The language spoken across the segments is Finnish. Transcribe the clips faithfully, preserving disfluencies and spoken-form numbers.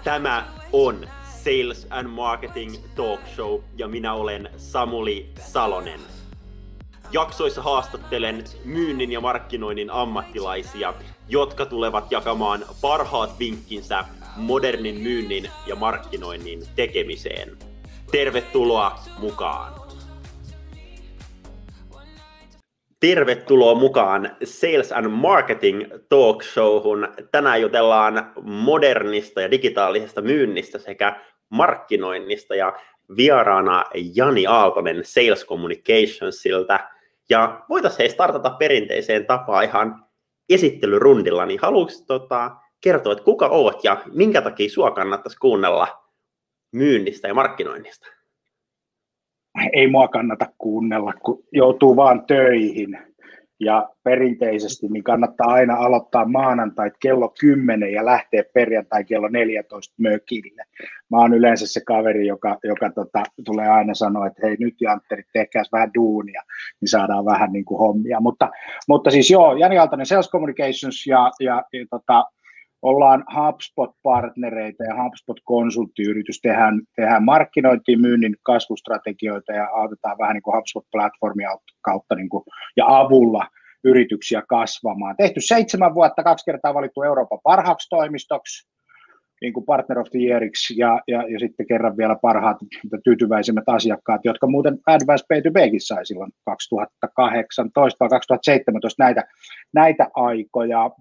Tämä on Sales and Marketing Talk Show ja minä olen Samuli Salonen. Jaksoissa haastattelen myynnin ja markkinoinnin ammattilaisia, jotka tulevat jakamaan parhaat vinkkinsä modernin myynnin ja markkinoinnin tekemiseen. Tervetuloa mukaan! Tervetuloa mukaan Sales and Marketing Talk Showhun. Tänään jutellaan modernista ja digitaalisesta myynnistä sekä markkinoinnista ja vieraana Jani Aaltonen Sales Communicationsilta. Ja voitaisiin hei startata perinteiseen tapaan ihan esittelyrundilla, niin haluatko tota, kertoa, että kuka oot ja minkä takia sua kannattaisi kuunnella myynnistä ja markkinoinnista? Ei mua kannata kuunnella, kun joutuu vaan töihin. Ja perinteisesti niin kannattaa aina aloittaa maanantai kello kymmenen ja lähteä perjantai kello neljätoista mökille. Mä oon yleensä se kaveri, joka, joka tota, tulee aina sanoa, että hei nyt Jantteri, tehkääs vähän duunia, niin saadaan vähän niin kuin hommia. Mutta, mutta siis joo, Jani Aaltonen Sales Communications ja, ja, ja tota, ollaan HubSpot-partnereita ja HubSpot-konsulttiyritys, tehdään, tehdään markkinointiin, myynnin kasvustrategioita ja autetaan vähän niin kuin HubSpot-platformia kautta niin kuin, ja avulla yrityksiä kasvamaan. Tehty seitsemän vuotta, kaksi kertaa valittu Euroopan parhaaksi toimistoksi, niin kuin Partner of the Yeariksi ja, ja, ja sitten kerran vielä parhaat tyytyväisimmät asiakkaat, jotka muuten Advanced B two B:kin sai silloin kaksituhattakahdeksantoista vai kaksituhattaseitsemäntoista näitä, näitä aikoja.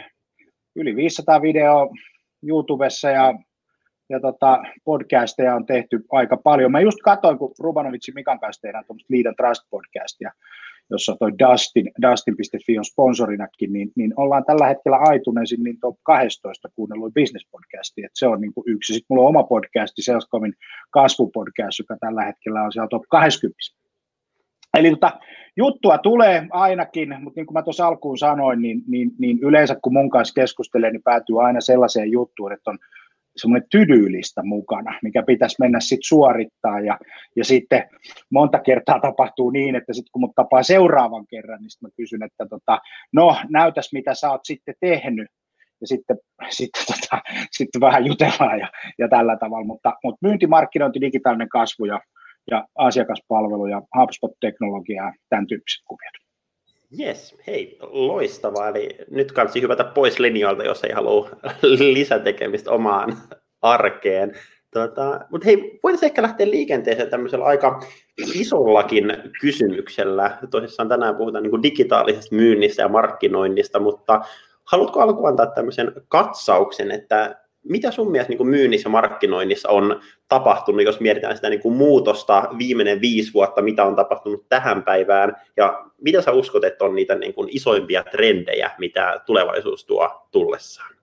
Yli viisisataa videoa YouTubessa ja, ja tota, podcasteja on tehty aika paljon. Mä just katsoin, kun Rubanovitsin Mikan kanssa tehdään tuommoista Lead and Trust-podcastia, jossa toi Dustin, Dustin piste fi on sponsorinakin, niin, niin ollaan tällä hetkellä iTunesin niin top kaksitoista kuunnelluin business-podcastia. Et se on niin kuin yksi. Sitten mulla on oma podcasti, Salescomin kasvupodcast, joka tällä hetkellä on siellä top kaksikymmentä. Eli tota, juttua tulee ainakin, mutta niin kuin mä tuossa alkuun sanoin, niin, niin, niin yleensä kun mun kanssa keskustelee, niin päätyy aina sellaiseen juttuun, että on semmoinen tydyylistä mukana, mikä pitäisi mennä sitten suorittaa. Ja, ja sitten monta kertaa tapahtuu niin, että sitten kun mut tapaa seuraavan kerran, niin sitten mä kysyn, että tota, no näytäs mitä sä oot sitten tehnyt. Ja sitten, sitten, tota, sitten vähän jutellaan ja, ja tällä tavalla, mutta, mutta myynti, markkinointi, digitaalinen kasvu ja ja asiakaspalvelu ja HubSpot-teknologia ja tämän tyyppiset kuviot. Jes, hei, loistavaa. Eli nyt kannattaa hyvätä pois linjoilta, jos ei halua lisätekemistä omaan arkeen. Tota, mutta hei, voitaisiin ehkä lähteä liikenteeseen tämmöisellä aika isollakin kysymyksellä. Tosissaan tänään puhutaan niin kuin digitaalisesta myynnistä ja markkinoinnista, mutta haluatko alkuun antaa tämmöisen katsauksen, että mitä sun mielestä niin kuin myynnissä ja markkinoinnissa on tapahtunut, jos mietitään sitä niin kuin muutosta viimeinen viisi vuotta, mitä on tapahtunut tähän päivään, ja mitä sä uskot, että on niitä niin kuin isoimpia trendejä, mitä tulevaisuus tuo tullessaan?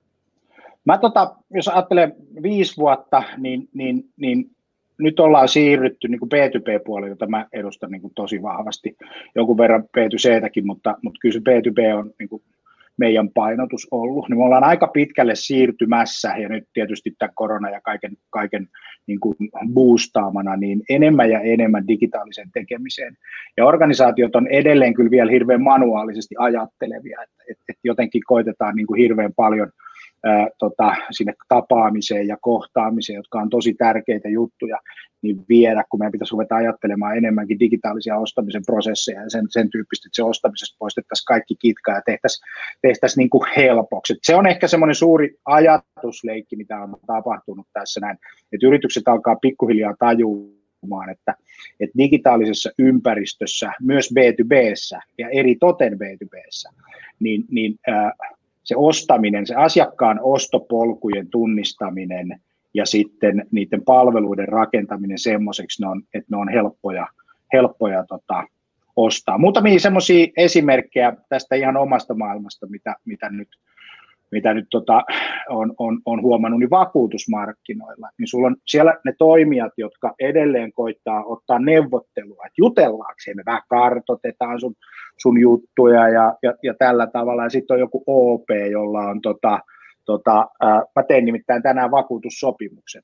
Mä tota, jos ajattelen viisi vuotta, niin, niin, niin nyt ollaan siirrytty niin kuin B two B-puolelle, jota mä edustan niin kuin tosi vahvasti, jonkun verran B two C:täkin, mutta, mutta kyllä se B two B on niin kuin meidän painotus ollut, niin me ollaan aika pitkälle siirtymässä, ja nyt tietysti tämä korona ja kaiken, kaiken niin kuin boostaamana, niin enemmän ja enemmän digitaaliseen tekemiseen. Ja organisaatiot on edelleen kyllä vielä hirveän manuaalisesti ajattelevia, että, että, että jotenkin koitetaan niin kuin hirveän paljon ää, tota, sinne tapaamiseen ja kohtaamiseen, jotka on tosi tärkeitä juttuja, niin viedä, kun meidän pitäisi ruveta ajattelemaan enemmänkin digitaalisia ostamisen prosesseja ja sen, sen tyyppistä, että se ostamisesta poistettaisiin kaikki kitkaa ja tehtäisiin, tehtäisiin niin kuin helpoksi. Se on ehkä semmoinen suuri ajatusleikki, mitä on tapahtunut tässä näin, että yritykset alkaa pikkuhiljaa tajumaan, että, että digitaalisessa ympäristössä, myös B two B:ssä ja eri toten B two B:ssä, niin, niin äh, se ostaminen, se asiakkaan ostopolkujen tunnistaminen ja sitten niiden palveluiden rakentaminen semmoiseksi, että ne on helppoja, helppoja tota, ostaa. Muutamia semmoisia esimerkkejä tästä ihan omasta maailmasta, mitä, mitä nyt, mitä nyt tota, on, on, on huomannut, niin vakuutusmarkkinoilla. Niin sulla on siellä ne toimijat, jotka edelleen koittaa ottaa neuvottelua, että jutellaakseen me vähän kartoitetaan sun, sun juttuja ja, ja, ja tällä tavalla. Ja sitten on joku O P, jolla on tota, Tota, ää, mä tein nimittäin tänään vakuutussopimuksen,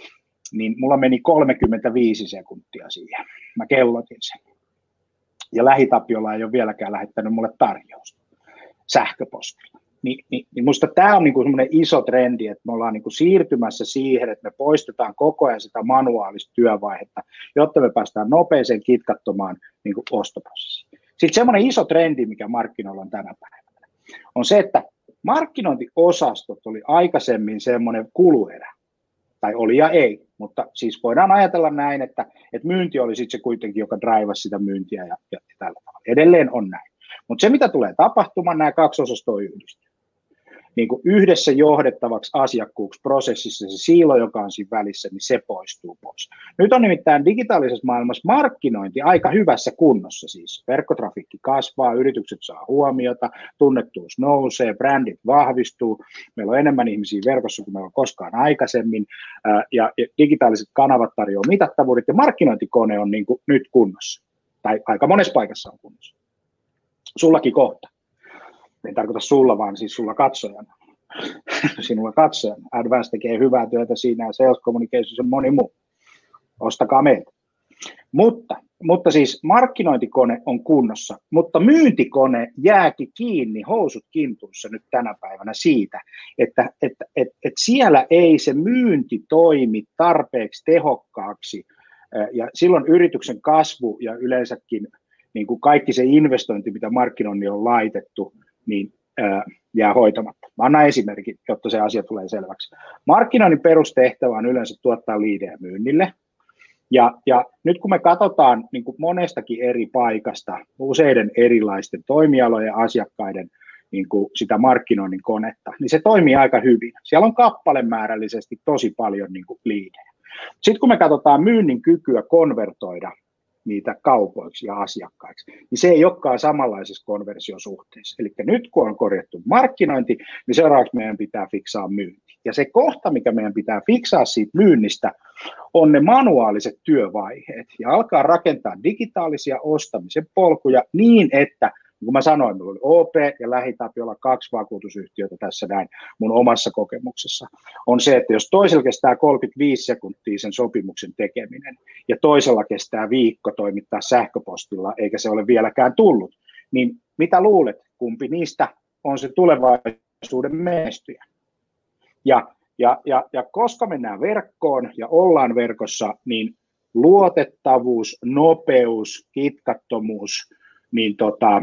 niin mulla meni kolmekymmentäviisi sekuntia siihen. Mä kellotin sen. Ja LähiTapiola ei ole vieläkään lähettänyt mulle tarjousta sähköpostilla. niin, niin, niin musta tämä on niinku semmoinen iso trendi, että me ollaan niinku siirtymässä siihen, että me poistetaan koko ajan sitä manuaalista työvaihetta, jotta me päästään nopeeseen kitkattomaan niinku ostoprosessiin. Sitten semmoinen iso trendi, mikä markkinoilla on tänä päivänä, on se, että markkinointiosastot oli aikaisemmin semmoinen kuluerä, tai oli ja ei, mutta siis voidaan ajatella näin, että, että myynti oli sitten se kuitenkin, joka draivasi sitä myyntiä ja, ja tällä tavalla. Edelleen on näin. Mutta se, mitä tulee tapahtumaan, nämä kaksi osastoa yhdistyy. Niin kuin yhdessä johdettavaksi asiakkuuksi prosessissa se siilo, joka on siinä välissä, niin se poistuu pois. Nyt on nimittäin digitaalisessa maailmassa markkinointi aika hyvässä kunnossa. Siis verkkotrafiikki kasvaa, yritykset saa huomiota, tunnettuus nousee, brändit vahvistuu, meillä on enemmän ihmisiä verkossa kuin meillä on koskaan aikaisemmin, ja digitaaliset kanavat tarjoavat mitattavuudet, ja markkinointikone on niin kuin nyt kunnossa, tai aika monessa paikassa on kunnossa. Sullakin kohta. Ei tarkoita sulla, vaan siis sulla katsojana. Sinulla katsojana. Advance tekee hyvää työtä siinä ja Sales Communications ja moni muu. Ostakaa meiltä. Mutta, mutta siis markkinointikone on kunnossa, mutta myyntikone jääkin kiinni housut kintuissa nyt tänä päivänä siitä, että, että, että, että siellä ei se myynti toimi tarpeeksi tehokkaaksi ja silloin yrityksen kasvu ja yleensäkin niin kuin kaikki se investointi, mitä markkinoinnin on laitettu, niin ää, jää hoitamatta. Mä annan esimerkin, jotta se asia tulee selväksi. Markkinoinnin perustehtävä on yleensä tuottaa liidejä myynnille. Ja, ja nyt kun me katsotaan niin kuin monestakin eri paikasta, useiden erilaisten toimialojen ja asiakkaiden niin kuin sitä markkinoinnin konetta, niin se toimii aika hyvin. Siellä on kappalemäärällisesti tosi paljon niin kuin liidejä. Sitten kun me katsotaan myynnin kykyä konvertoida niitä kaupoiksi ja asiakkaiksi, niin se ei olekaan samanlaisessa konversiosuhteessa. Eli nyt kun on korjattu markkinointi, niin seuraavaksi meidän pitää fiksaa myynti. Ja se kohta, mikä meidän pitää fiksaa siitä myynnistä, on ne manuaaliset työvaiheet ja alkaa rakentaa digitaalisia ostamisen polkuja niin, että niin kuin mä sanoin, minulla oli O P ja LähiTapiola kaksi vakuutusyhtiötä tässä näin mun omassa kokemuksessa, on se, että jos toisella kestää kolmekymmentäviisi sekuntia sen sopimuksen tekeminen ja toisella kestää viikko toimittaa sähköpostilla eikä se ole vieläkään tullut, niin mitä luulet, kumpi niistä on se tulevaisuuden menestyjä? Ja, ja, ja, ja koska mennään verkkoon ja ollaan verkossa, niin luotettavuus, nopeus, kitkattomuus, niin tota,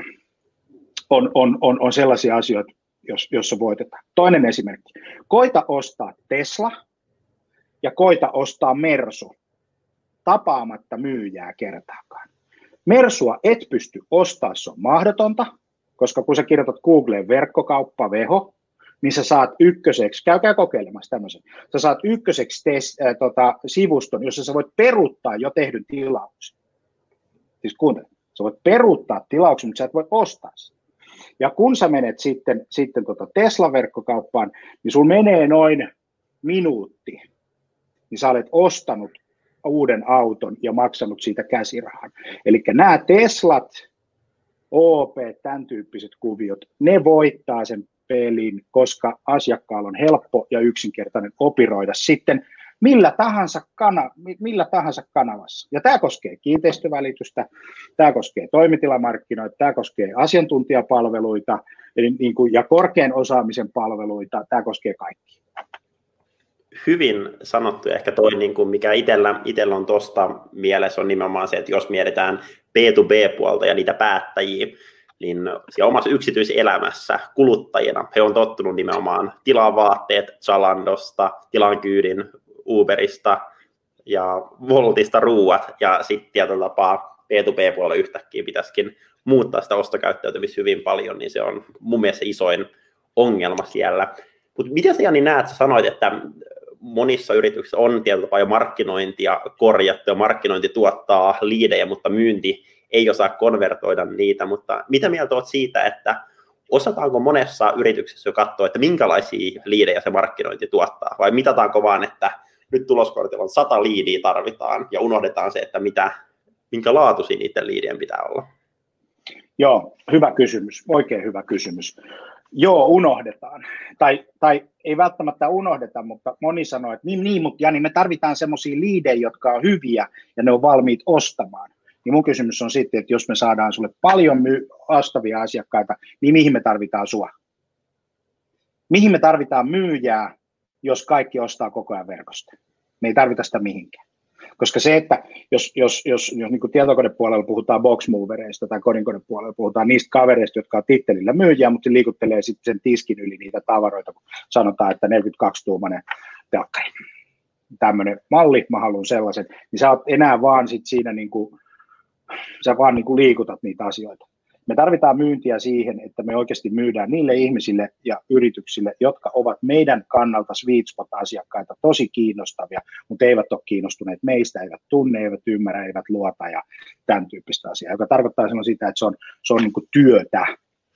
on, on, on, on sellaisia asioita, jos, jossa voitetaan. Toinen esimerkki. Koita ostaa Tesla ja koita ostaa Mersu tapaamatta myyjää kertaakaan. Mersua et pysty ostamaan, se on mahdotonta, koska kun sä kirjoitat Googleen verkkokauppa Veho, niin sä saat ykköseksi, käykää kokeilemassa tämmöisen, sä saat ykköseksi tes, äh, tota, sivuston, jossa sä voit peruuttaa jo tehdyn tilauksen. Siis kuuntele, sä voit peruuttaa tilauksen, mutta sä et voi ostaa sen. Ja kun sä menet sitten, sitten tota Tesla-verkkokauppaan, niin sun menee noin minuutti, niin sä olet ostanut uuden auton ja maksanut siitä käsirahan. Eli nämä Teslat, O P, tämän tyyppiset kuviot, ne voittaa sen pelin, koska asiakkaalla on helppo ja yksinkertainen operoida sitten millä tahansa, kana, millä tahansa kanavassa. Ja tämä koskee kiinteistövälitystä, tämä koskee toimitilamarkkinoita, tämä koskee asiantuntijapalveluita eli niin kuin, ja korkean osaamisen palveluita, tämä koskee kaikkia. Hyvin sanottu, ja ehkä toi, niin kuin mikä itsellä, itsellä on tuosta mielessä, on nimenomaan se, että jos mietitään B to B-puolta ja niitä päättäjiä, niin siellä omassa yksityiselämässä kuluttajina he on tottunut nimenomaan tilaa vaatteet Zalandosta, tilaan kyydin Uberista ja Woltista ruuat, ja sitten tietyllä tapaa B to B-puolella yhtäkkiä pitäisikin muuttaa sitä ostokäyttäytymistä hyvin paljon, niin se on mun mielestä isoin ongelma siellä. Mutta miten sä, Jani, näet, sä sanoit, että monissa yrityksissä on tietyllä tapaa jo markkinointia korjattu, ja markkinointi tuottaa liidejä, mutta myynti ei osaa konvertoida niitä, mutta mitä mieltä olet siitä, että osataanko monessa yrityksessä jo katsoa, että minkälaisia liidejä se markkinointi tuottaa, vai mitataanko vaan, että nyt tuloskortilla on sata liidiä tarvitaan, ja unohdetaan se, että mitä, minkä laatuisia niiden liidien pitää olla? Joo, hyvä kysymys, oikein hyvä kysymys. Joo, unohdetaan. Tai, tai ei välttämättä unohdeta, mutta moni sanoo, että niin, niin mutta Jani, me tarvitaan semmoisia liidejä, jotka on hyviä, ja ne on valmiit ostamaan. Niin mun kysymys on sitten, että jos me saadaan sulle paljon my- ostavia asiakkaita, niin mihin me tarvitaan sua? Mihin me tarvitaan myyjää, jos kaikki ostaa koko ajan verkosta? Me ei tarvita sitä mihinkään. Koska se, että jos, jos, jos, jos niin tietokonepuolella puhutaan boxmovereista tai kodinkonepuolella puhutaan niistä kavereista, jotka on tittelillä myyjiä, mutta se liikuttelee sitten sen tiskin yli niitä tavaroita, kun sanotaan, että neljäkymmentäkaksi-tuumainen telkkari. Tämmöinen malli, mä haluan sellaisen, niin sä oot enää vaan sit siinä, niin kuin, sä vaan niin kuin liikutat niitä asioita. Me tarvitaan myyntiä siihen, että me oikeasti myydään niille ihmisille ja yrityksille, jotka ovat meidän kannalta sweet spot-asiakkaita, tosi kiinnostavia, mutta eivät ole kiinnostuneet meistä, eivät tunne, eivät ymmärrä, eivät luota ja tämän tyyppistä asiaa, joka tarkoittaa silloin sitä, että se on, se on niin kuin työtä.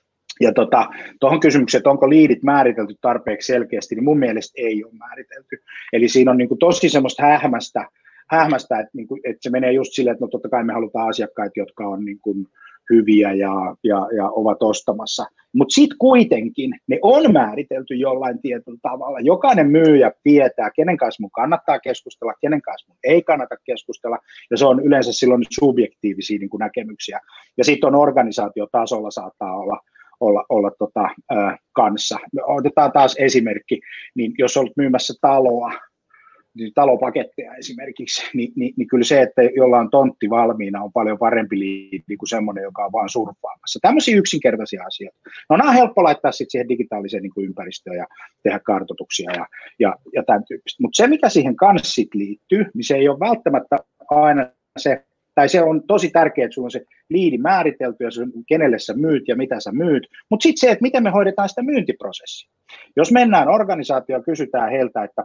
Ja tuohon tota, kysymykseen, että onko liidit määritelty tarpeeksi selkeästi, niin mun mielestä ei ole määritelty. Eli siinä on niin kuin tosi semmoista hähmästä, hähmästä että, niin kuin, että se menee just silleen, että no totta kai me halutaan asiakkaita, jotka on niin kuin hyviä ja, ja, ja ovat ostamassa. Mutta sitten kuitenkin ne on määritelty jollain tietyllä tavalla. Jokainen myyjä tietää, kenen kanssa mun kannattaa keskustella, kenen kanssa mun ei kannata keskustella, ja se on yleensä silloin subjektiivisia niin kuin näkemyksiä. Ja sitten on organisaatiotasolla saattaa olla, olla, olla tota, äh, kanssa. Otetaan taas esimerkki, niin jos olet myymässä taloa, talopaketteja esimerkiksi, niin, niin, niin kyllä se, että jolla on tontti valmiina, on paljon parempi liidi kuin semmoinen, joka on vaan surffaamassa. Tämmöisiä yksinkertaisia asioita. No nämä on helppo laittaa sitten siihen digitaaliseen niin kuin ympäristöön ja tehdä kartoituksia ja, ja, ja tämän tyyppistä. Mutta se, mikä siihen kanssa sit liittyy, niin se ei ole välttämättä aina se, tai se on tosi tärkeää, että sulla on se liidi määritelty ja se, kenelle sä myyt ja mitä sä myyt, mutta sitten se, että miten me hoidetaan sitä myyntiprosessia. Jos mennään organisaatioon, kysytään heiltä, että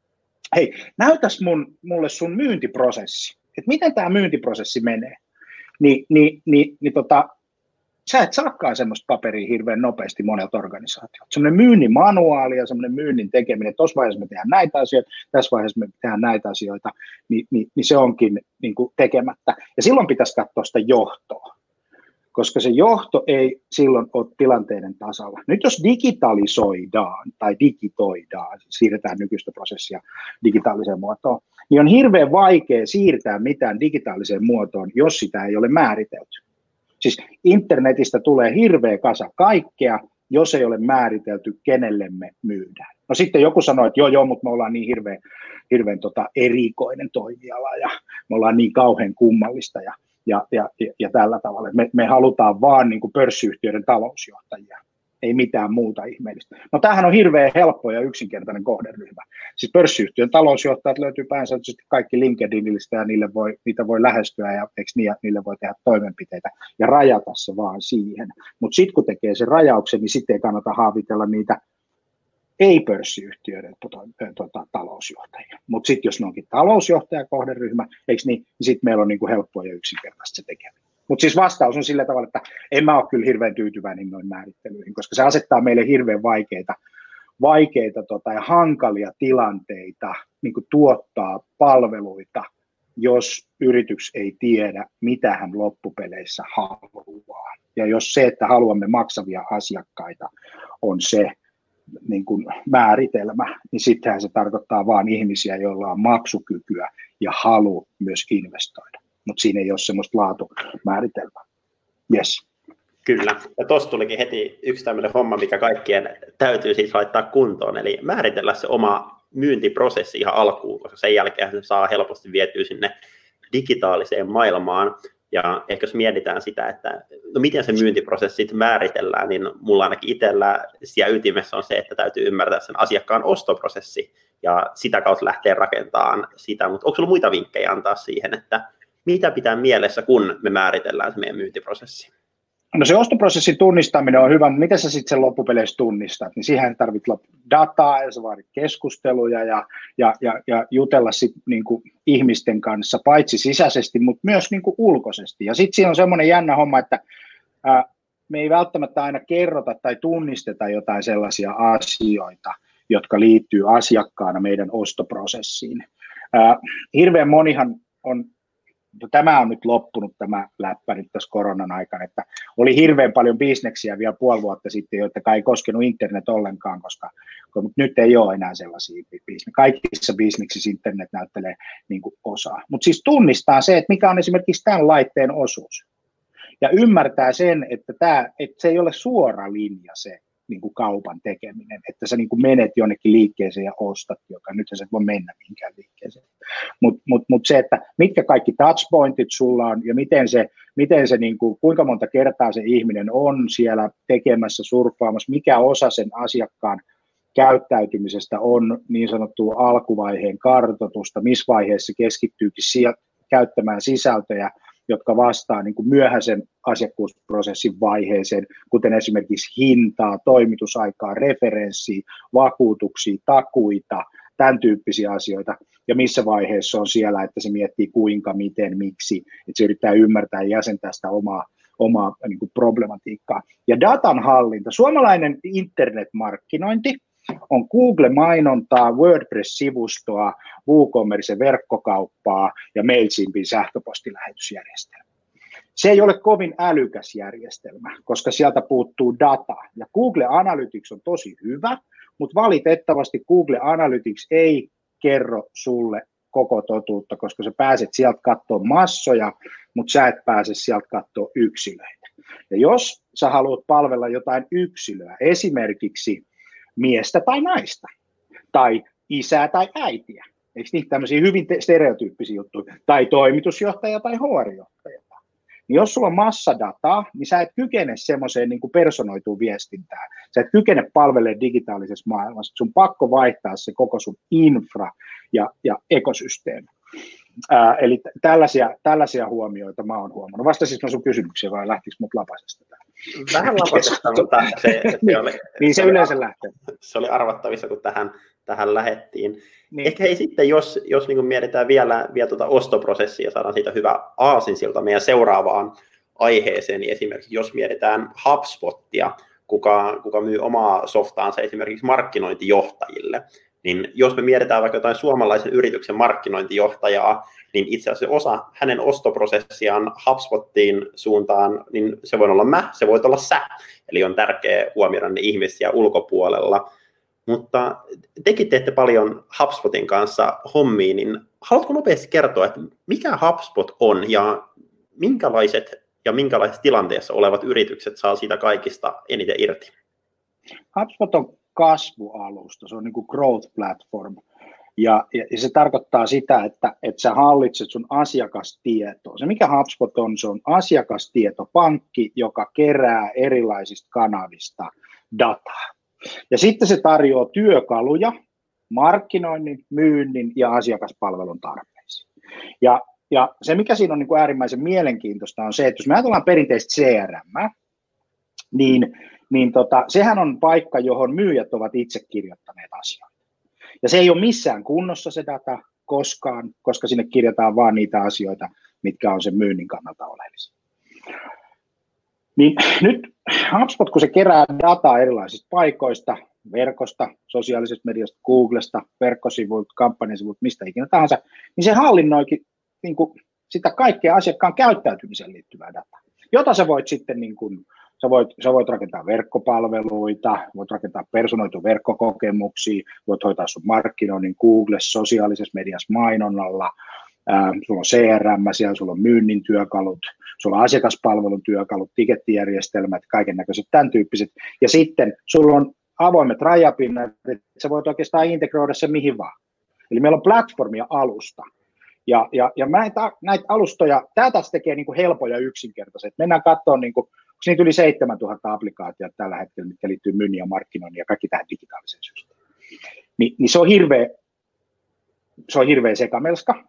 hei, näytäs mun, mulle sun myyntiprosessi, että miten tämä myyntiprosessi menee, Ni, niin, niin, niin tota, sä et saakaan semmoista paperia hirveän nopeasti monelta organisaatiolta. Semmoinen myynnin manuaali ja semmoinen myynnin tekeminen, tuossa vaiheessa me tehdään näitä asioita, tässä vaiheessa me tehdään näitä asioita, niin, niin, niin se onkin niin kuin tekemättä. Ja silloin pitäisi katsoa sitä johtoa, koska se johto ei silloin ole tilanteiden tasalla. Nyt jos digitalisoidaan tai digitoidaan, siirretään nykyistä prosessia digitaaliseen muotoon, niin on hirveän vaikea siirtää mitään digitaaliseen muotoon, jos sitä ei ole määritelty. Siis internetistä tulee hirveä kasa kaikkea, jos ei ole määritelty, kenelle me myydään. No sitten joku sanoo, että joo, joo, mutta me ollaan niin hirveän, hirveän tota erikoinen toimiala ja me ollaan niin kauhean kummallista ja Ja, ja, ja tällä tavalla. Me, me halutaan vaan niin kuin pörssiyhtiöiden talousjohtajia, ei mitään muuta ihmeellistä. No tämähän on hirveän helppo ja yksinkertainen kohderyhmä. Siis pörssiyhtiön talousjohtajat löytyy pääsääntöisesti kaikki LinkedInistä ja niille voi, niitä voi lähestyä ja eikö niin, niille voi tehdä toimenpiteitä ja rajata se vaan siihen. Mutta sitten kun tekee sen rajauksen, niin sitten ei kannata haavitella niitä ei-pörssiyhtiöiden tuota, talousjohtajia. Mutta sitten jos ne onkin talousjohtajakohderyhmä, eikö niin, niin sitten meillä on niinku helppoa ja yksinkertaista se tekeminen. Mutta siis vastaus on sillä tavalla, että en mä ole kyllä hirveän tyytyväinen noin määrittelyihin, koska se asettaa meille hirveän vaikeita, vaikeita tota, ja hankalia tilanteita niin kuin tuottaa palveluita, jos yritys ei tiedä, mitä hän loppupeleissä haluaa. Ja jos se, että haluamme maksavia asiakkaita, on se, niin kuin määritelmä, niin sittenhän se tarkoittaa vain ihmisiä, joilla on maksukykyä ja halu myös investoida. Mutta siinä ei ole semmoista laatumääritelmää. Yes. Kyllä. Ja tuossa tulikin heti yksi tämmöinen homma, mikä kaikkien täytyy siis laittaa kuntoon, eli määritellä se oma myyntiprosessi ihan alkuun, koska sen jälkeen se saa helposti vietyä sinne digitaaliseen maailmaan. Ja ehkä jos mietitään sitä, että no miten se myyntiprosessi määritellään, niin mulla ainakin itsellä siellä ytimessä on se, että täytyy ymmärtää sen asiakkaan ostoprosessi ja sitä kautta lähteä rakentamaan sitä. Mutta onko sinulla muita vinkkejä antaa siihen, että mitä pitää mielessä, kun me määritellään se meidän myyntiprosessi? No se ostoprosessin tunnistaminen on hyvä, mutta miten sä sitten sen loppupeleissä tunnistat? Niin siihen tarvitsee dataa ja sä vaadit keskusteluja ja, ja, ja, ja jutella sit niinku ihmisten kanssa, paitsi sisäisesti, mutta myös niinku ulkoisesti. Ja sitten siinä on semmoinen jännä homma, että ää, me ei välttämättä aina kerrota tai tunnisteta jotain sellaisia asioita, jotka liittyy asiakkaana meidän ostoprosessiin. Ää, hirveän monihan on Tämä on nyt loppunut tämä läppä nyt tässä koronan aikana, että oli hirveän paljon bisneksiä vielä puoli vuotta sitten, joita ei koskenut internet ollenkaan, koska, koska nyt ei ole enää sellaisia bisneksiä. Kaikissa bisneksissä internet näyttelee niin kuin osaa. Mutta siis tunnistaa se, että mikä on esimerkiksi tämän laitteen osuus. Ja ymmärtää sen, että, tämä, että se ei ole suora linja se, niin kuin kaupan tekeminen, että sä niin kuin menet jonnekin liikkeeseen ja ostat jotain, nythän sä et voi mennä mihinkään liikkeeseen. Mutta mut, mut se, että mitkä kaikki touchpointit sulla on ja miten se, miten se niin kuin, kuinka monta kertaa se ihminen on siellä tekemässä, surffaamassa, mikä osa sen asiakkaan käyttäytymisestä on niin sanottua alkuvaiheen kartoitusta, missä vaiheessa keskittyykin sieltä käyttämään sisältöjä, jotka vastaa niin kuin myöhäisen asiakkuusprosessin vaiheeseen, kuten esimerkiksi hintaa, toimitusaikaa, referenssiä, vakuutuksia, takuita, tämän tyyppisiä asioita, ja missä vaiheessa on siellä, että se miettii kuinka, miten, miksi, että se yrittää ymmärtää ja jäsentää sitä omaa, omaa niin kuin problematiikkaa. Ja datan hallinta, suomalainen internetmarkkinointi on Google-mainontaa, WordPress-sivustoa, WooCommerce verkkokauppaa ja MailChimpin sähköpostilähetysjärjestelmä. Se ei ole kovin älykäs järjestelmä, koska sieltä puuttuu data. Ja Google Analytics on tosi hyvä, mutta valitettavasti Google Analytics ei kerro sulle koko totuutta, koska sä pääset sieltä katsoa massoja, mutta sä et pääse sieltä katsoa yksilöitä. Ja jos sä haluat palvella jotain yksilöä, esimerkiksi miestä tai naista, tai isää tai äitiä, eikö niitä tämmöisiä hyvin stereotyyppisiä juttuja, tai toimitusjohtaja tai H R-johtaja. Niin jos sulla on massadataa, niin sä et kykene semmoiseen niin kuin personoituun viestintään. Sä et kykene palvelemaan digitaalisessa maailmassa. Sun pakko vaihtaa se koko sun infra ja, ja ekosysteemi. Ää, eli t- tällaisia, tällaisia huomioita mä oon huomannut. Vastasinko mä sun kysymyksiä vai lähtikö mut lapasesta? Vähän lapasesta, mutta se, se oli... niin se, se yleensä oli, lähtee. Se oli arvattavissa, kun tähän, tähän lähettiin. Niin. Ehkä hei sitten, jos, jos niin mietitään vielä, vielä tuota ostoprosessia ja saadaan siitä hyvä aasinsilta meidän seuraavaan aiheeseen, niin esimerkiksi jos mietitään HubSpotia, kuka, kuka myy omaa softaansa esimerkiksi markkinointijohtajille, niin jos me mietitään vaikka jotain suomalaisen yrityksen markkinointijohtajaa, niin itse asiassa osa hänen ostoprosessiaan HubSpotin suuntaan, niin se voi olla mä, se voi olla sä. Eli on tärkeää huomioida ne ihmisiä ulkopuolella. Mutta tekin teette paljon HubSpotin kanssa hommia, niin haluatko nopeasti kertoa, että mikä HubSpot on ja minkälaiset ja minkälaisessa tilanteessa olevat yritykset saa siitä kaikista eniten irti? HubSpot on kasvualusta, se on niin kuin growth platform. Ja, ja, ja se tarkoittaa sitä, että, että sä hallitset sun asiakastietoa. Se mikä HubSpot on, se on asiakastietopankki, joka kerää erilaisista kanavista dataa. Ja sitten se tarjoaa työkaluja markkinoinnin, myynnin ja asiakaspalvelun tarpeisiin. Ja, ja se mikä siinä on niin kuin äärimmäisen mielenkiintoista on se, että jos me ajatellaan perinteistä C R M, niin, niin tota, sehän on paikka, johon myyjät ovat itse kirjoittaneet asioita. Ja se ei ole missään kunnossa se data koskaan, koska sinne kirjataan vaan niitä asioita, mitkä on sen myynnin kannalta oleellisia. Niin nyt HubSpot, kun se kerää dataa erilaisista paikoista, verkosta, sosiaalisesta mediasta, Googlesta, verkkosivuilta, kampanjasivuilta, mistä ikinä tahansa, niin se hallinnoikin niin kuin sitä kaikkea asiakkaan käyttäytymiseen liittyvää dataa, jota sä voit sitten niin kuin Sä voit, sä voit rakentaa verkkopalveluita, voit rakentaa personoitu verkkokokemuksia, voit hoitaa sun markkinoinnin Googlessa, sosiaalisessa mediassa mainonnalla, ää, sulla on C R M, siellä sulla on myynnin työkalut, sulla on asiakaspalvelun työkalut, tikettijärjestelmät, kaiken näköiset tämän tyyppiset. Ja sitten sulla on avoimet rajapinnat, että sä voit oikeastaan integroida sen mihin vaan. Eli meillä on platformi ja alusta. Ja, ja, ja näitä, näitä alustoja, tämä taas tekee niin kuin helpoja yksinkertaiset. Mennään katsomaan, niin kuin, onko niitä yli seitsemäntuhatta applikaatiota tällä hetkellä, mitkä liittyy myynnin ja markkinoinnin ja kaikki tähän digitaaliseen systeemiin. Ni, niin se on hirveä, se on hirveä sekamelska.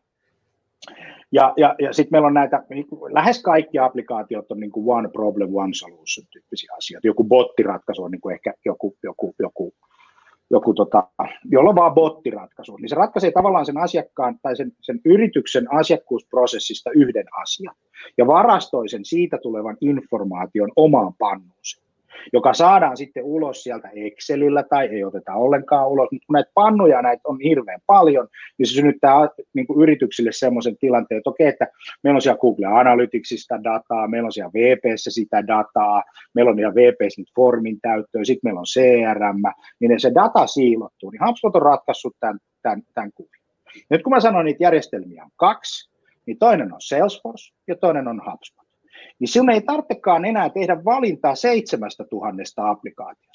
Ja, ja, ja sitten meillä on näitä, niin kuin, lähes kaikki applikaatiot on niin kuin one problem, one solution tyyppisiä asioita. Joku bottiratkaisu on niin kuin ehkä joku, joku, joku joku, tota, jolla on vaan bottiratkaisu, niin se ratkaisee tavallaan sen asiakkaan tai sen, sen yrityksen asiakkuusprosessista yhden asian ja varastoi sen siitä tulevan informaation omaan pannuuseen, joka saadaan sitten ulos sieltä Excelillä tai ei oteta ollenkaan ulos, mutta kun näitä pannuja näitä on hirveän paljon, niin se synnyttää niin kuin yrityksille semmoisen tilanteen, että okei, että meillä on siellä Google Analyticsista dataa, meillä on siellä V P:ssä sitä dataa, meillä on siellä V P:ssä nyt formin täyttöä, sitten meillä on C R M, niin se data siilottuu, niin HubSpot on ratkaissut tämän, tämän, tämän kuvin. Nyt kun mä sanon, niitä järjestelmiä on kaksi, niin toinen on Salesforce ja toinen on HubSpot. Niin sinun ei tarvitsekaan enää tehdä valintaa seitsemästä tuhannesta applikaatiosta.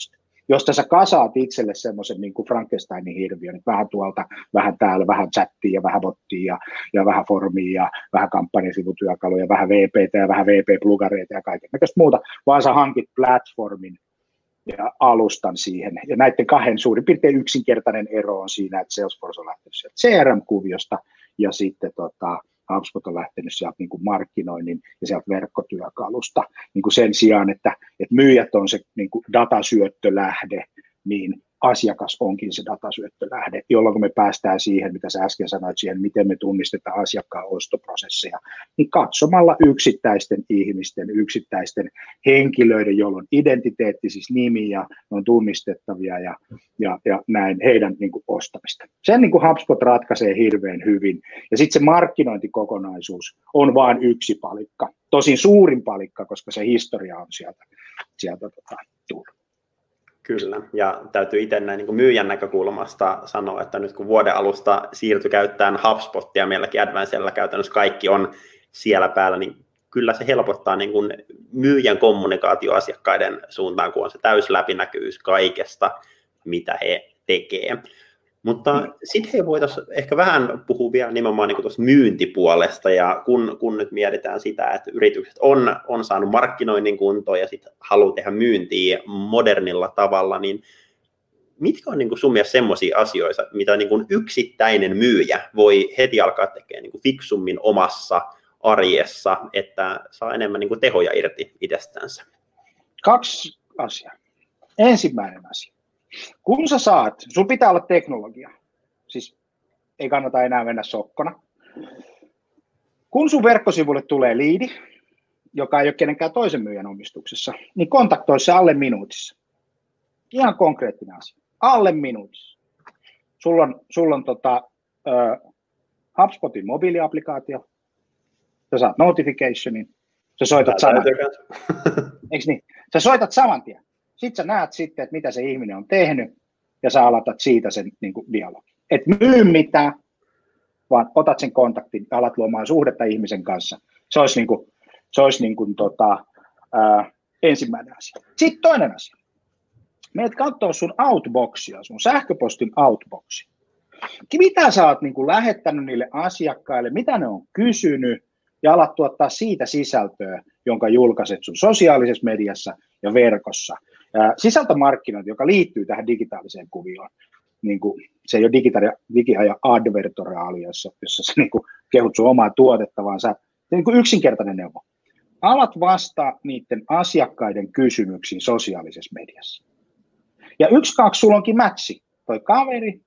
josta sä kasaat itselle semmoisen niin kuin Frankensteinin hirviön, että vähän tuolta, vähän täällä, vähän chattia ja vähän bottia ja, ja vähän formia ja vähän kampanjasivutyökaluja, vähän V P:tä ja vähän V P-plugareita ja kaikenlaista muuta, vaan sä hankit platformin ja alustan siihen. Ja näiden kahden suurin piirtein yksinkertainen ero on siinä, että Salesforce on lähtenyt sieltä C R M-kuviosta ja sitten tota, HubSpot on lähtenyt sieltä niin kuin markkinoinnin ja sieltä verkkotyökalusta niin kuin sen sijaan, että, että myyjät on se niin kuin datasyöttölähde, niin asiakas onkin se datasyöttölähde, jolloin me päästään siihen, mitä sä äsken sanoit, siihen, miten me tunnistetaan asiakkaan ostoprosesseja, niin katsomalla yksittäisten ihmisten, yksittäisten henkilöiden, joilla on identiteetti, siis nimi ja ne on tunnistettavia ja, ja, ja näin heidän niin kuin ostamista. Sen niin kuin HubSpot ratkaisee hirveän hyvin. Ja sitten se markkinointikokonaisuus on vain yksi palikka, tosin suurin palikka, koska se historia on sieltä, sieltä tota, tullut. Kyllä, ja täytyy itse näin niin kuin myyjän näkökulmasta sanoa, että nyt kun vuoden alusta siirtyi käyttämään HubSpotia, meilläkin Advancella käytännössä kaikki on siellä päällä, niin kyllä se helpottaa niin kuin myyjän kommunikaatioasiakkaiden suuntaan, kun on se täys läpinäkyvyys kaikesta, mitä he tekevät. Mutta mm. sitten he voitaisiin ehkä vähän puhua vielä nimenomaan niin tuosta myyntipuolesta, ja kun, kun nyt mietitään sitä, että yritykset on, on saanut markkinoinnin kuntoon ja sitten haluaa tehdä myyntiä modernilla tavalla, niin mitkä on niin kuin sun mielestä semmoisia asioita, mitä niin kuin yksittäinen myyjä voi heti alkaa tekemään niin kuin fiksummin omassa arjessa, että saa enemmän niin kuin tehoja irti itsestänsä? Kaksi asiaa. Ensimmäinen asia. Kun sä saat, sun pitää olla teknologia, siis ei kannata enää mennä sokkona. Kun sun verkkosivulle tulee liidi, joka ei ole kenenkään toisen myyjän omistuksessa, niin kontaktoi se alle minuutissa. Ihan konkreettinen asia. Alle minuutissa. Sulla on, sulla on tota, uh, HubSpotin mobiiliaplikaatio, sä saat notificationin, sä soitat saman tien. Eikö niin? Sä soitat saman tien. Sitten sä näet sitten, että mitä se ihminen on tehnyt, ja sä aloitat siitä sen niin kuin dialogin. Et myy mitään, vaan otat sen kontaktin ja alat luomaan suhdetta ihmisen kanssa. Se olisi, niin kuin, se olisi niin kuin, tota, ää, ensimmäinen asia. Sitten toinen asia. Meet katsoa sun outboxia, sun sähköpostin outboxia. Mitä sä oot niin kuin lähettänyt niille asiakkaille, mitä ne on kysynyt, ja alat tuottaa siitä sisältöä, jonka julkaiset sun sosiaalisessa mediassa ja verkossa. Sisältömarkkinointi, joka liittyy tähän digitaaliseen kuvioon, niin kuin, se ei ole digia- ja advertoriaali, jossa, jossa sä niin kuin kehut sun omaa tuotetta, vaan sä, se niin kuin yksinkertainen neuvo. Alat vastaa niiden asiakkaiden kysymyksiin sosiaalisessa mediassa. Ja yksi, kaksi, sulla onkin mätsi. Toi kaveri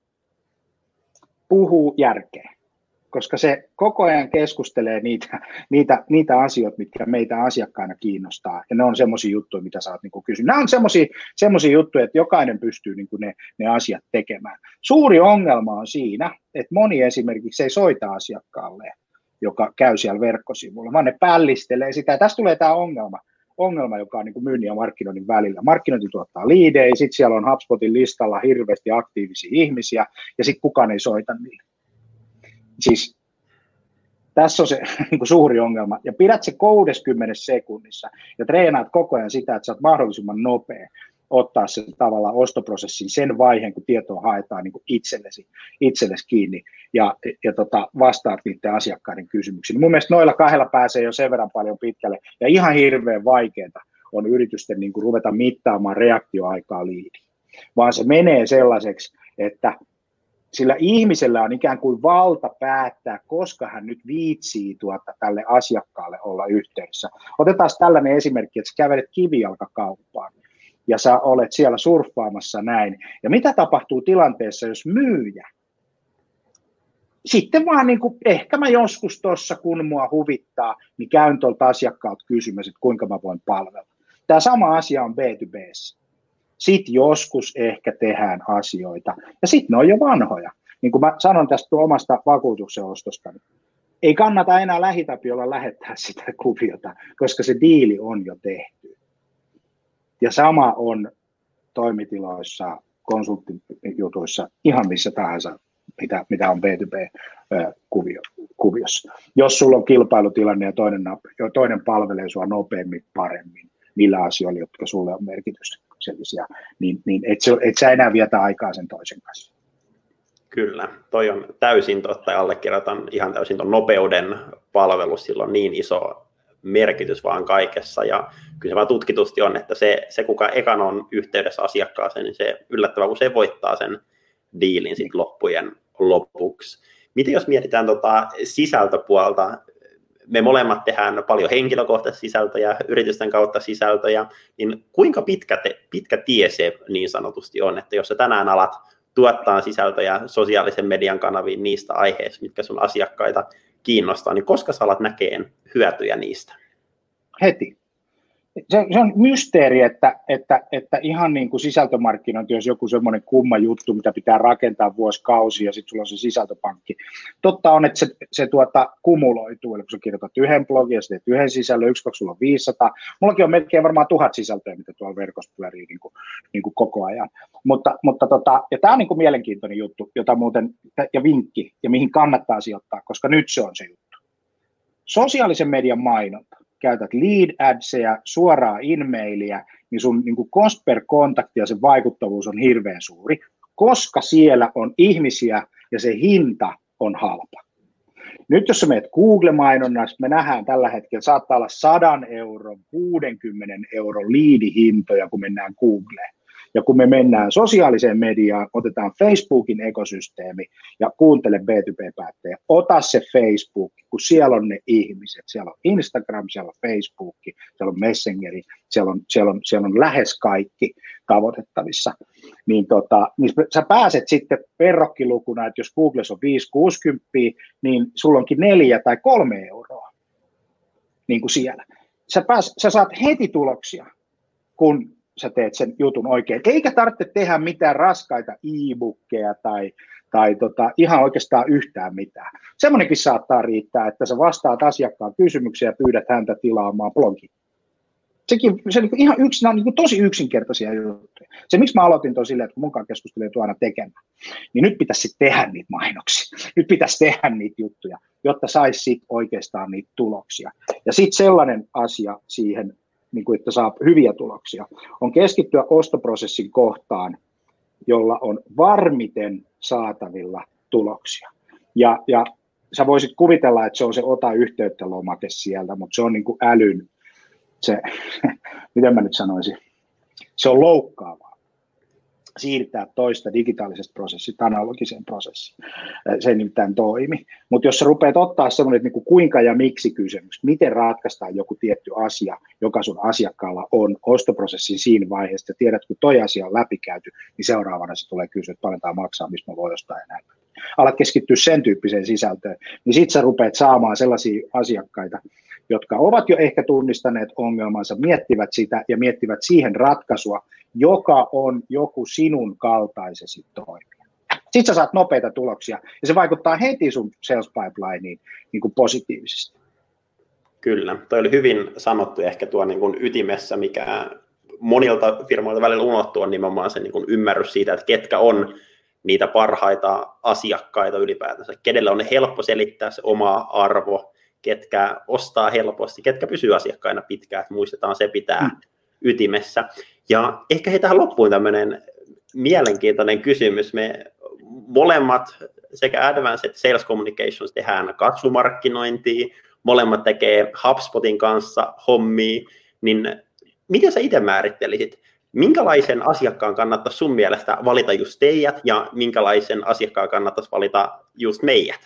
puhuu järkeä, koska se koko ajan keskustelee niitä, niitä, niitä asioita, mitkä meitä asiakkaina kiinnostaa, ja ne on semmoisia juttuja, mitä sä oot niin kysynyt. Nämä on semmoisia juttuja, että jokainen pystyy niin ne, ne asiat tekemään. Suuri ongelma on siinä, että moni esimerkiksi ei soita asiakkaalle, joka käy siellä verkkosivulla, vaan ne pällistelee sitä, ja tästä tulee tämä ongelma, ongelma, joka on niin kuin myynnin ja markkinoinnin välillä. Markkinointi tuottaa liidejä, sitten siellä on HubSpotin listalla hirveästi aktiivisia ihmisiä, ja sitten kukaan ei soita niille. Siis tässä on se niin kuin suuri ongelma, ja pidät se kuudessakymmenessä sekunnissa, ja treenaat koko ajan sitä, että sä oot mahdollisimman nopea ottaa sen tavallaan ostoprosessin sen vaiheen, kun tietoa haetaan niin kuin itsellesi, itsellesi kiinni, ja, ja tota, vastaat niiden asiakkaiden kysymyksiin. Mun mielestä noilla kahdella pääsee jo sen verran paljon pitkälle, ja ihan hirveän vaikeaa on yritysten niin kuin ruveta mittaamaan reaktioaikaa liidiin, vaan se menee sellaiseksi, että sillä ihmisellä on ikään kuin valta päättää, koska hän nyt viitsii tuota tälle asiakkaalle olla yhteydessä. Otetaan tällainen esimerkki, että sä kävelet kivijalkakauppaan ja sä olet siellä surffaamassa näin. Ja mitä tapahtuu tilanteessa, jos myyjä? Sitten vaan niin kuin, ehkä mä joskus tuossa, kun mua huvittaa, niin käyn tuolta asiakkaalta kysymässä, että kuinka mä voin palvella. Tämä sama asia on B to B:ssä. Sitten joskus ehkä tehdään asioita, ja sitten ne on jo vanhoja. Niin kuin mä sanon tästä omasta vakuutuksen ostosta, niin ei kannata enää lähitapiolla lähettää sitä kuviota, koska se diili on jo tehty. Ja sama on toimitiloissa, konsulttijutuissa, ihan missä tahansa, mitä, mitä on B to B-kuviossa. Jos sulla on kilpailutilanne ja toinen, toinen palvelee sua nopeammin, paremmin, niillä asioilla, jotka sulle on merkitystä. merkityksellisiä, niin, niin et, se, et sä enää vietä aikaa sen toisen kanssa. Kyllä, toi on täysin totta ja allekirjoitan ihan täysin tuon nopeuden palvelus, sillä on niin iso merkitys vaan kaikessa ja kyllä se vaan tutkitusti on, että se, se kuka ekan on yhteydessä asiakkaaseen, niin se yllättävän usein voittaa sen diilin sitten loppujen lopuksi. Miten jos mietitään tota sisältöpuolta, me molemmat tehdään paljon henkilökohtaisia sisältöjä, yritysten kautta sisältöjä, niin kuinka pitkä, te, pitkä tie se niin sanotusti on, että jos sä tänään alat tuottaa sisältöjä sosiaalisen median kanaviin niistä aiheista, mitkä sun asiakkaita kiinnostaa, niin koska sä alat näkeen hyötyjä niistä? Heti. Se, se on mysteeri, että, että, että ihan niin kuin sisältömarkkinointi olisi joku semmoinen kumma juttu, mitä pitää rakentaa vuosikausia ja sitten sulla on se sisältöpankki. Totta on, että se, se tuota, kumuloituu, eli kun sä kirjoitat yhden blogin ja teet yhden sisällön, yksi, kaksi, sulla on viisisataa. Mullakin on melkein varmaan tuhat sisältöä, mitä tuolla verkossa pyörii niin kuin, niin kuin koko ajan. Mutta, mutta tota, ja tämä on niin kuin mielenkiintoinen juttu, jota muuten, ja vinkki, ja mihin kannattaa sijoittaa, koska nyt se on se juttu. Sosiaalisen median mainonta. Käytät lead adseja, suoraa in-mailia, niin sun niin kuin cost per kontakti ja sen vaikuttavuus on hirveän suuri, koska siellä on ihmisiä ja se hinta on halpa. Nyt jos sä menet Google-mainonnassa, me nähdään tällä hetkellä, saattaa olla sadan euron, kuudenkymmenen euron liidihintoja, kun mennään Googleen. Ja kun me mennään sosiaaliseen mediaan, otetaan Facebookin ekosysteemi ja kuuntele B two B-päättäjä, ota se Facebook, kun siellä on ne ihmiset, siellä on Instagram, siellä on Facebook, siellä on Messengeri, siellä on, siellä on, siellä on lähes kaikki tavoitettavissa, niin, tota, niin sä pääset sitten verrokkilukuna, että jos Googlessa on viisi kuusikymmentä, niin sulla onkin neljä tai kolme euroa niin kuin siellä. Sä, pääs, sä saat heti tuloksia, kun sä teet sen jutun oikein. Eikä tarvitse tehdä mitään raskaita e-bookkeja tai, tai tota, ihan oikeastaan yhtään mitään. Semmoinenkin saattaa riittää, että sä vastaat asiakkaan kysymyksiä ja pyydät häntä tilaamaan blogin. Sekin, se on niin ihan yksi, on niin tosi yksinkertaisia juttuja. Se, miksi mä aloitin tuon silleen, että kun munkaan keskustelee aina tekemään, niin nyt pitäisi sitten tehdä niitä mainoksia. Nyt pitäisi tehdä niitä juttuja, jotta saisi sitten oikeastaan niitä tuloksia. Ja sitten sellainen asia siihen, niin kuin, että saa hyviä tuloksia, on keskittyä ostoprosessin kohtaan, jolla on varmiten saatavilla tuloksia. Ja, ja sä voisit kuvitella, että se on se ota yhteyttä lomake sieltä, mutta se on niin kuin älyn, se, miten mä nyt sanoisin, se on loukkaavaa siirtää toista digitaalisesta prosessista analogiseen prosessiin. Se ei nimittäin toimi. Mutta jos sä rupeat ottaa semmoinen niin kuin kuinka ja miksi kysymys, miten ratkaistaan joku tietty asia, joka sun asiakkaalla on ostoprosessin siinä vaiheessa, ja tiedät, kun toi asia on läpikäyty, niin seuraavana se tulee kysyä, että paljon tämä maksaa, mistä mä voi ostaa ja näin. Alat keskittyä sen tyyppiseen sisältöön, niin sit sä rupeat saamaan sellaisia asiakkaita, jotka ovat jo ehkä tunnistaneet ongelmansa, miettivät sitä ja miettivät siihen ratkaisua, joka on joku sinun kaltaisesi toimija. Sitten sä saat nopeita tuloksia ja se vaikuttaa heti sun sales pipelineen niin kuin positiivisesti. Kyllä, toi oli hyvin sanottu ehkä tuo niin kuin ytimessä, mikä monilta firmoilta välillä unohtuu, on nimenomaan se niin kuin ymmärrys siitä, että ketkä on niitä parhaita asiakkaita ylipäätänsä, kenelle on helppo selittää se oma arvo, ketkä ostaa helposti, ketkä pysyy asiakkaina pitkään, että muistetaan se pitää mm. ytimessä. Ja ehkä he tähän loppuun tämmöinen mielenkiintoinen kysymys. Me molemmat sekä Advance että Sales Communications tehdään kasvumarkkinointia, molemmat tekee HubSpotin kanssa hommia, niin miten sä itse määrittelisit, minkälaisen asiakkaan kannattaisi sun mielestä valita just teidät ja minkälaisen asiakkaan kannattaisi valita just meidät?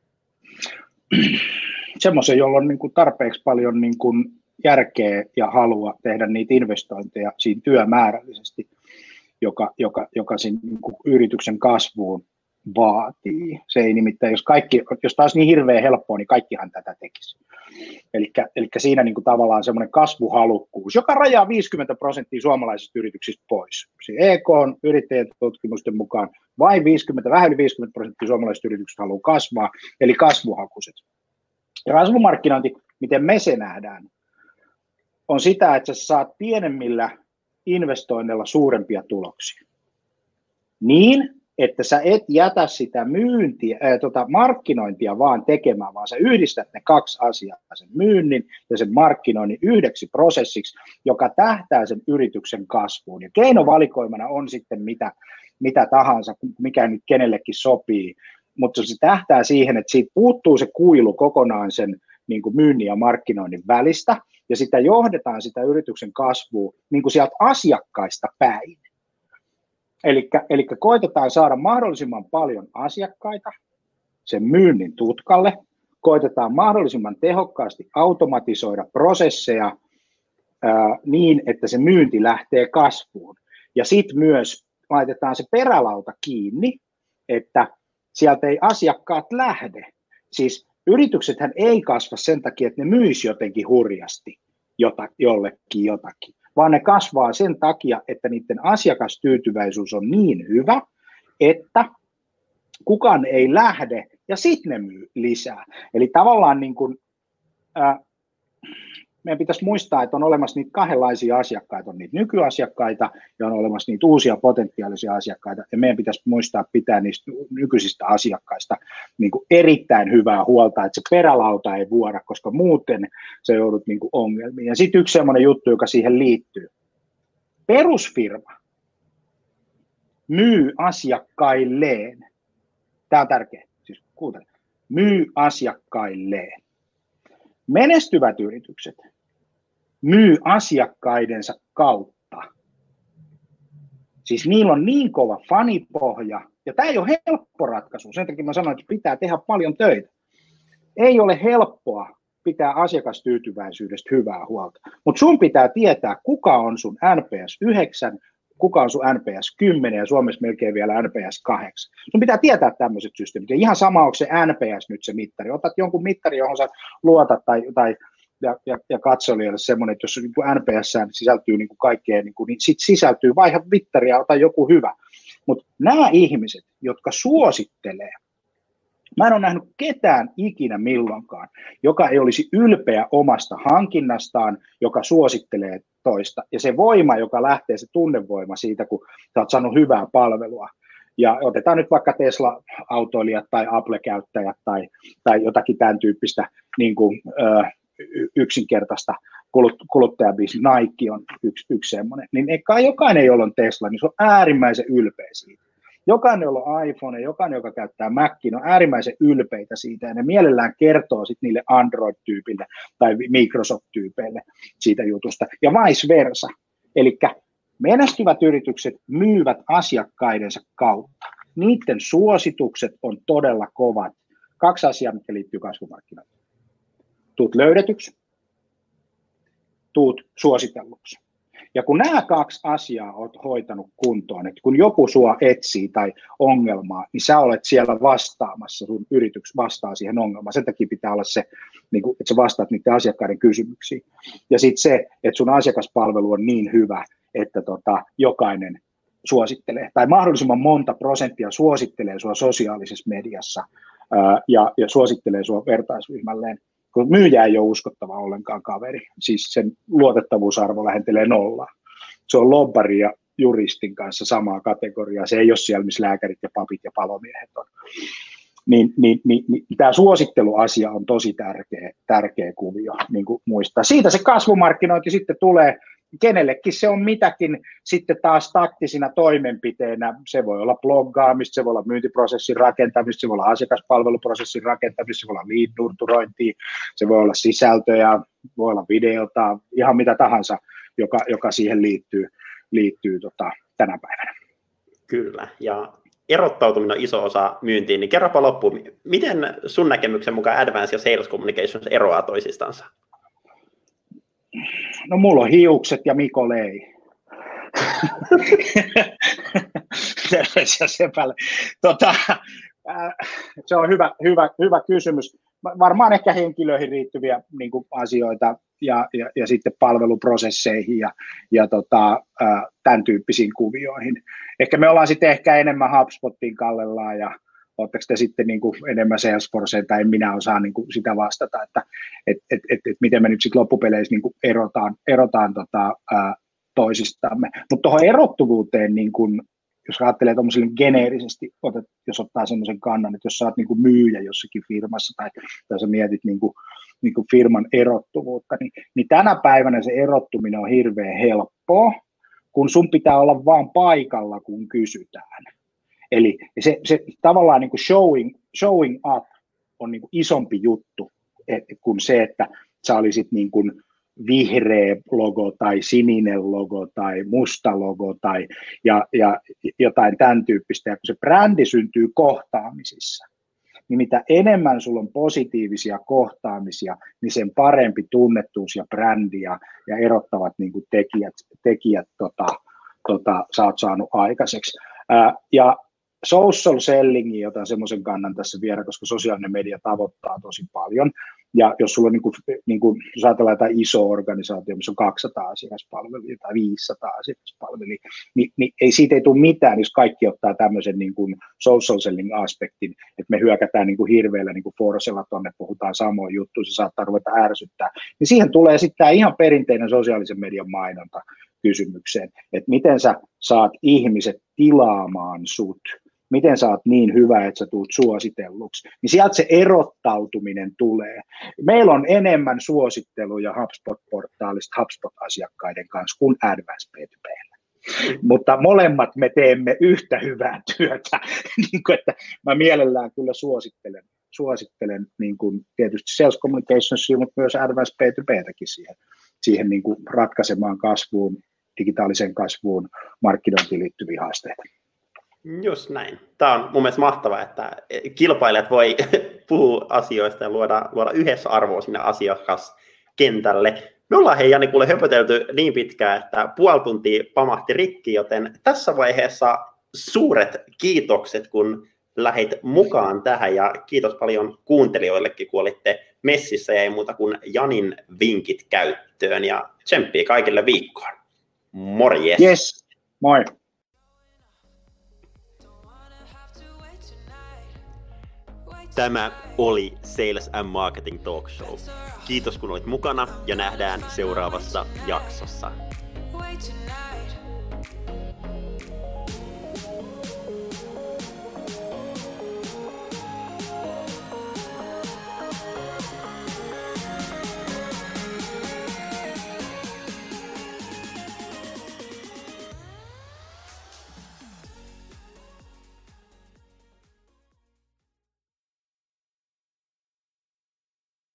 Semmoisen, jolla on niin kuin tarpeeksi paljon niin kuin järkeä ja halua tehdä niitä investointeja siinä työmäärällisesti, joka, joka, joka siinä niin kuin yrityksen kasvuun vaatii. Se ei nimittäin, jos, kaikki, jos taas niin hirveän helppoa, niin kaikkihan tätä tekisi. Eli siinä niin kuin tavallaan semmoinen kasvuhalukkuus, joka rajaa viisikymmentä prosenttia suomalaisista yrityksistä pois. E K:n yrittäjätutkimusten mukaan vain viisikymmentä, vähän yli viisikymmentä prosenttia suomalaisista yrityksistä haluaa kasvaa, eli kasvuhakuiset. Ja kasvumarkkinointi, miten me se nähdään, on sitä, että sä saat pienemmillä investoinneilla suurempia tuloksia. Niin, että sä et jätä sitä myyntiä, ää, tota markkinointia vaan tekemään, vaan sä yhdistät ne kaksi asiaa, sen myynnin ja sen markkinoinnin yhdeksi prosessiksi, joka tähtää sen yrityksen kasvuun. Ja keinovalikoimana on sitten mitä, mitä tahansa, mikä nyt kenellekin sopii, mutta se tähtää siihen, että siitä puuttuu se kuilu kokonaan sen niin kuin myynnin ja markkinoinnin välistä, ja sitä johdetaan sitä yrityksen kasvua niin kuin sieltä asiakkaista päin. Eli koitetaan saada mahdollisimman paljon asiakkaita sen myynnin tutkalle, koitetaan mahdollisimman tehokkaasti automatisoida prosesseja ää, niin, että se myynti lähtee kasvuun. Ja sitten myös laitetaan se perälauta kiinni, että sieltä ei asiakkaat lähde. Siis yrityksethän ei kasva sen takia, että ne myisi jotenkin hurjasti jota, jollekin jotakin, vaan ne kasvaa sen takia, että niiden asiakastyytyväisyys on niin hyvä, että kukaan ei lähde ja sitten ne myy lisää. Eli tavallaan niin kuin, ää, meidän pitäisi muistaa, että on olemassa niitä kahdenlaisia asiakkaita, on niitä nykyasiakkaita ja on olemassa niitä uusia potentiaalisia asiakkaita, ja meidän pitäisi muistaa pitää niistä nykyisistä asiakkaista niin kuin erittäin hyvää huolta, että se perälauta ei vuora, koska muuten se joudut niin kuin ongelmiin. Ja sitten yksi sellainen juttu, joka siihen liittyy. Perusfirma myy asiakkailleen. Tämä on tärkeä, siis kuuntele. Myy asiakkailleen. Menestyvät yritykset myy asiakkaidensa kautta. Siis niillä on niin kova fanipohja, ja tämä ei ole helppo ratkaisu, sen takia mä sanoin, että pitää tehdä paljon töitä. Ei ole helppoa pitää asiakastyytyväisyydestä hyvää huolta, mutta sun pitää tietää, kuka on sun N P S yhdeksän, kuka on sun N P S kymmenen ja Suomessa melkein vielä N P S kahdeksan. Sun pitää tietää tämmöiset systeemit, ja ihan sama onko se N P S nyt se mittari. Otat jonkun mittari, johon sä luotat tai, tai ja, ja, ja katsolijalle semmoinen, että jos niin N P S sisältyy niin kaikkea, niin, niin sitten sisältyy vaihe mittaria tai joku hyvä. Mutta nämä ihmiset, jotka suosittelee, mä en ole nähnyt ketään ikinä milloinkaan, joka ei olisi ylpeä omasta hankinnastaan, joka suosittelee toista. Ja se voima, joka lähtee, se tunnevoima siitä, kun sä oot saanut hyvää palvelua. Ja otetaan nyt vaikka Tesla-autoilijat tai Apple-käyttäjät tai, tai jotakin tämän tyyppistä niin kuin, ö, yksinkertaista kuluttajabisnes. Nike on yksi, yksi semmoinen. Niin jokainen, jolla on Tesla, niin se on äärimmäisen ylpeä siitä. Jokainen, jolla on iPhone, jokainen, joka käyttää Macin, on äärimmäisen ylpeitä siitä, ja ne mielellään kertoo sit niille Android-tyypille tai Microsoft-tyypeille siitä jutusta, ja vice versa. Eli menestyvät yritykset myyvät asiakkaidensa kautta. Niiden suositukset on todella kovat. Kaksi asiaa, mitkä liittyy kasvumarkkinoihin. Tuut löydetyksi, tuut suositelluksi. Ja kun nämä kaksi asiaa olet hoitanut kuntoon, että kun joku sua etsii tai ongelmaa, niin sä olet siellä vastaamassa, sun yritys vastaa siihen ongelmaan. Sen takia pitää olla se, että sä vastaat niiden asiakkaiden kysymyksiin. Ja sitten se, että sun asiakaspalvelu on niin hyvä, että tota, jokainen suosittelee, tai mahdollisimman monta prosenttia suosittelee sua sosiaalisessa mediassa ää, ja, ja suosittelee sua vertaisryhmälleen. Kun myyjä ei ole uskottava ollenkaan kaveri, siis sen luotettavuusarvo lähentelee nollaa. Se on lobbari ja juristin kanssa samaa kategoriaa, se ei ole siellä, missä lääkärit ja papit ja palomiehet on. Niin, niin, niin, niin tämä suositteluasia on tosi tärkeä, tärkeä kuvio niin kuin muistaa. Siitä se kasvumarkkinointi sitten tulee, kenellekin se on mitäkin sitten taas taktisina toimenpiteenä. Se voi olla bloggaamista, se voi olla myyntiprosessin rakentamista, se voi olla asiakaspalveluprosessin rakentamista, se voi olla lead-nurturointia, se voi olla sisältöjä, voi olla videota, ihan mitä tahansa, joka, joka siihen liittyy, liittyy tota, tänä päivänä. Kyllä, ja erottautuminen on iso osa myyntiin, niin kerropa loppuun, miten sun näkemyksen mukaan Advance ja Sales Communications eroaa toisistansa? No mulla on hiukset ja Mikol ei. Terveisiä sepälle. Tota, äh, se on hyvä, hyvä, hyvä kysymys. Varmaan ehkä henkilöihin liittyviä niin kuin asioita ja, ja, ja sitten palveluprosesseihin ja, ja tota, äh, tämän tyyppisiin kuvioihin. Ehkä me ollaan sitten ehkä enemmän HubSpotin kallellaan ja oletteko te sitten niin kuin enemmän Salesforceen, tai en minä osaa niin kuin sitä vastata, että et, et, et, et miten me nyt sitten loppupeleissä niin kuin erotaan, erotaan tota, ää, toisistamme. Mutta tuohon erottuvuuteen niin kuin jos ajattelee tuommoiselle geneerisesti, otet, jos ottaa semmoisen kannan, että jos sä oot niin kuin myyjä jossakin firmassa tai, tai sä mietit niin kuin, niin kuin firman erottuvuutta, niin, niin tänä päivänä se erottuminen on hirveän helppoa, kun sun pitää olla vaan paikalla, kun kysytään. Eli se, se tavallaan niin kuin showing, showing up on niin kuin isompi juttu et, kuin se, että sä olisit niin kuin vihreä logo tai sininen logo tai musta logo tai ja, ja jotain tämän tyyppistä. Ja kun se brändi syntyy kohtaamisissa, niin mitä enemmän sulla on positiivisia kohtaamisia, niin sen parempi tunnettuus ja brändi ja, ja erottavat niin kuin tekijät, tekijät tota, tota, sä oot saanut aikaiseksi. Ää, ja social sellingin, jota semmoisen kannan tässä vielä, koska sosiaalinen media tavoittaa tosi paljon. Ja jos sulla on, niin kuin, niin kuin, jos ajatellaan jotain iso organisaatio, missä on kaksisataa asiakaspalveluja tai viisisataa asiakaspalveluja, niin, niin ei siitä ei tule mitään, jos kaikki ottaa tämmöisen niin kuin social selling aspektin, että me hyökätään niin kuin hirveellä niin kuin Forsella tuonne, puhutaan samoin juttuja, se saattaa ruveta ärsyttää. Niin siihen tulee sitten tämä ihan perinteinen sosiaalisen median mainonta kysymykseen, että miten sä saat ihmiset tilaamaan sut, miten sä oot niin hyvä, että sä tulet suositelluksi, niin sieltä se erottautuminen tulee. Meillä on enemmän suositteluja HubSpot-portaalista HubSpot-asiakkaiden kanssa kuin Advanced B two B:llä. Mutta molemmat me teemme yhtä hyvää työtä, niin kuin, että mä mielellään kyllä suosittelen, suosittelen niin kuin tietysti Sales Communicationsia, mutta myös Advanced B two B:täkin siihen, siihen niin kuin ratkaisemaan kasvuun, digitaaliseen kasvuun, markkinointiin liittyviä haasteita. Just näin. Tämä on mun mielestä mahtavaa, että kilpailijat voi puhua asioista ja luoda, luoda yhdessä arvoa sinne asiakaskentälle. Me ollaan hei Jani kuule höpötelty niin pitkään, että puoli tuntia pamahti rikki, joten tässä vaiheessa suuret kiitokset, kun lähdit mukaan tähän ja kiitos paljon kuuntelijoillekin, kun olitte messissä ja ei muuta kuin Janin vinkit käyttöön ja tsemppiä kaikille viikkoon. Morjes! Yes, moi! Tämä oli Sales and Marketing Talk Show. Kiitos kun olit mukana ja nähdään seuraavassa jaksossa.